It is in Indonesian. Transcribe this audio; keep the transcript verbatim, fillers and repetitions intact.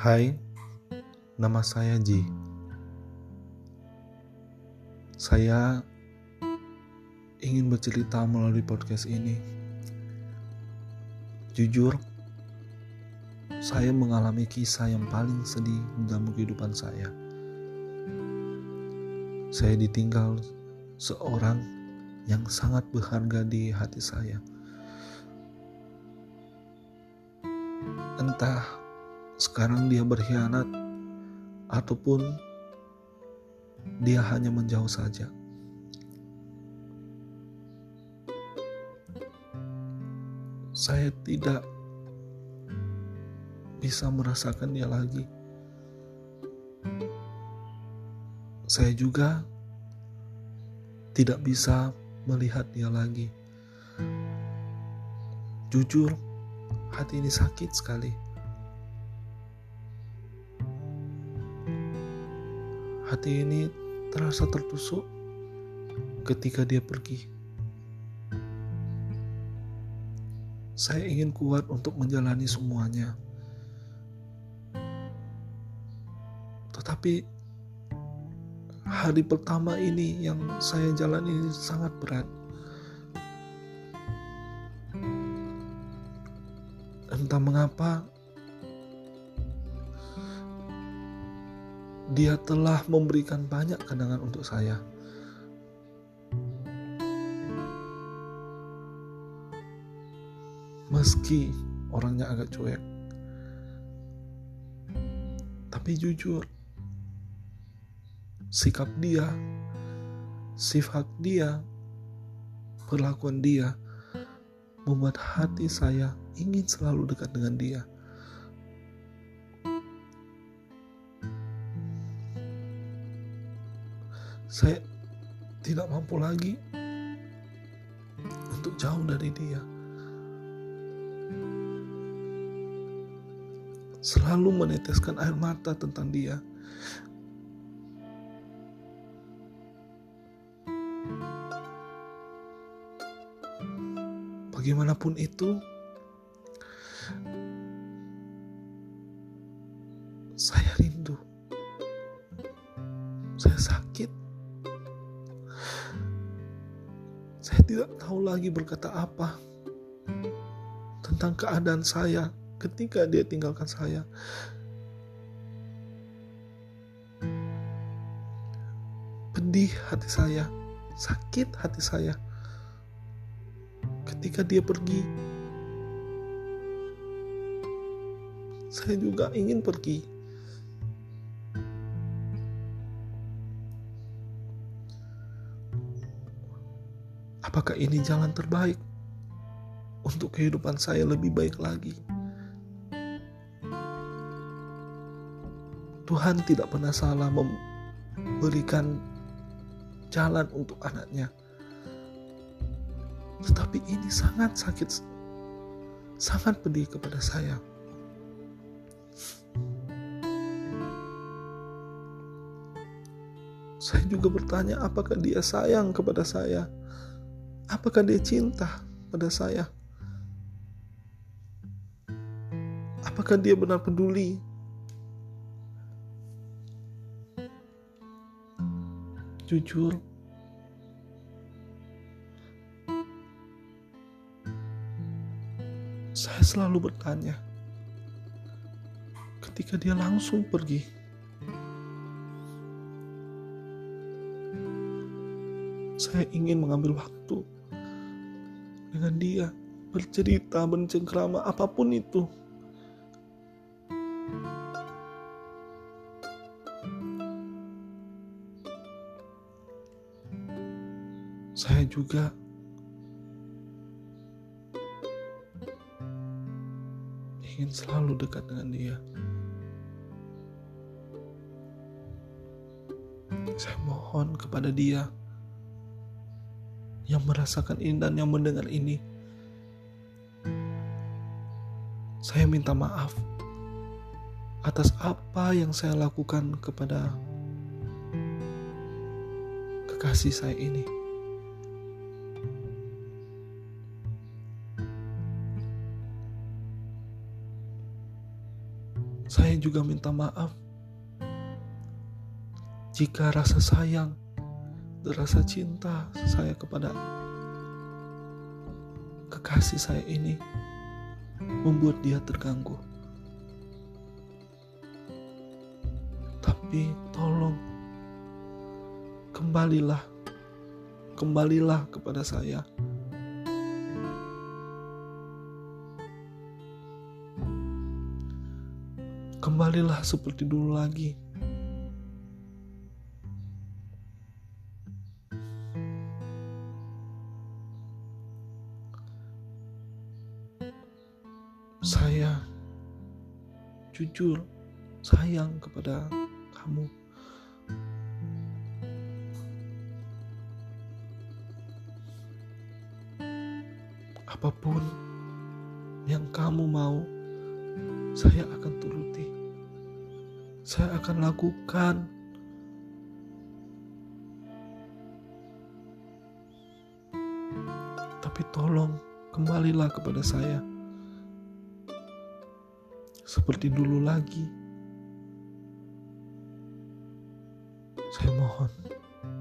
Hai, nama saya Ji. Saya ingin bercerita melalui podcast ini. Jujur, saya mengalami kisah yang paling sedih dalam kehidupan saya. Saya ditinggal seorang yang sangat berharga di hati saya. Entah sekarang dia berkhianat ataupun dia hanya menjauh saja. Saya tidak bisa merasakan dia lagi. Saya juga tidak bisa melihat dia lagi. Jujur, hati ini sakit sekali. Hati ini terasa tertusuk ketika dia pergi. Saya ingin kuat untuk menjalani semuanya. Tetapi hari pertama ini yang saya jalani sangat berat. Entah mengapa dia telah memberikan banyak kenangan untuk saya. Meski orangnya agak cuek, tapi jujur, sikap dia, sifat dia, perlakuan dia membuat hati saya ingin selalu dekat dengan dia. Saya tidak mampu lagi untuk jauh dari dia. Selalu meneteskan air mata tentang dia. Bagaimanapun itu, saya rindu. Saya sakit. Saya tidak tahu lagi berkata apa tentang keadaan saya ketika dia tinggalkan saya. Pedih hati saya, sakit hati saya ketika dia pergi. Saya juga ingin pergi. Apakah ini jalan terbaik untuk kehidupan saya lebih baik lagi? Tuhan tidak pernah salah memberikan jalan untuk anaknya. Tetapi ini sangat sakit, sangat pedih kepada saya. Saya juga bertanya, apakah dia sayang kepada saya? Apakah dia cinta pada saya? Apakah dia benar peduli? Jujur, saya selalu bertanya ketika dia langsung pergi. Saya ingin mengambil waktu dengan dia, bercerita, bercengkrama, apapun itu. Saya juga ingin selalu dekat dengan dia. Saya mohon kepada dia yang merasakan ini dan yang mendengar ini. Saya minta maaf atas apa yang saya lakukan kepada kekasih saya ini. Saya juga minta maaf jika rasa sayang dan rasa cinta saya kepada kekasih saya ini membuat dia terganggu. Tapi tolong kembalilah, kembalilah kepada saya. Kembalilah seperti dulu lagi. Saya jujur sayang kepada kamu. Apapun yang kamu mau, saya akan turuti. Saya akan lakukan. Tapi tolong kembalilah kepada saya seperti dulu lagi. Saya mohon.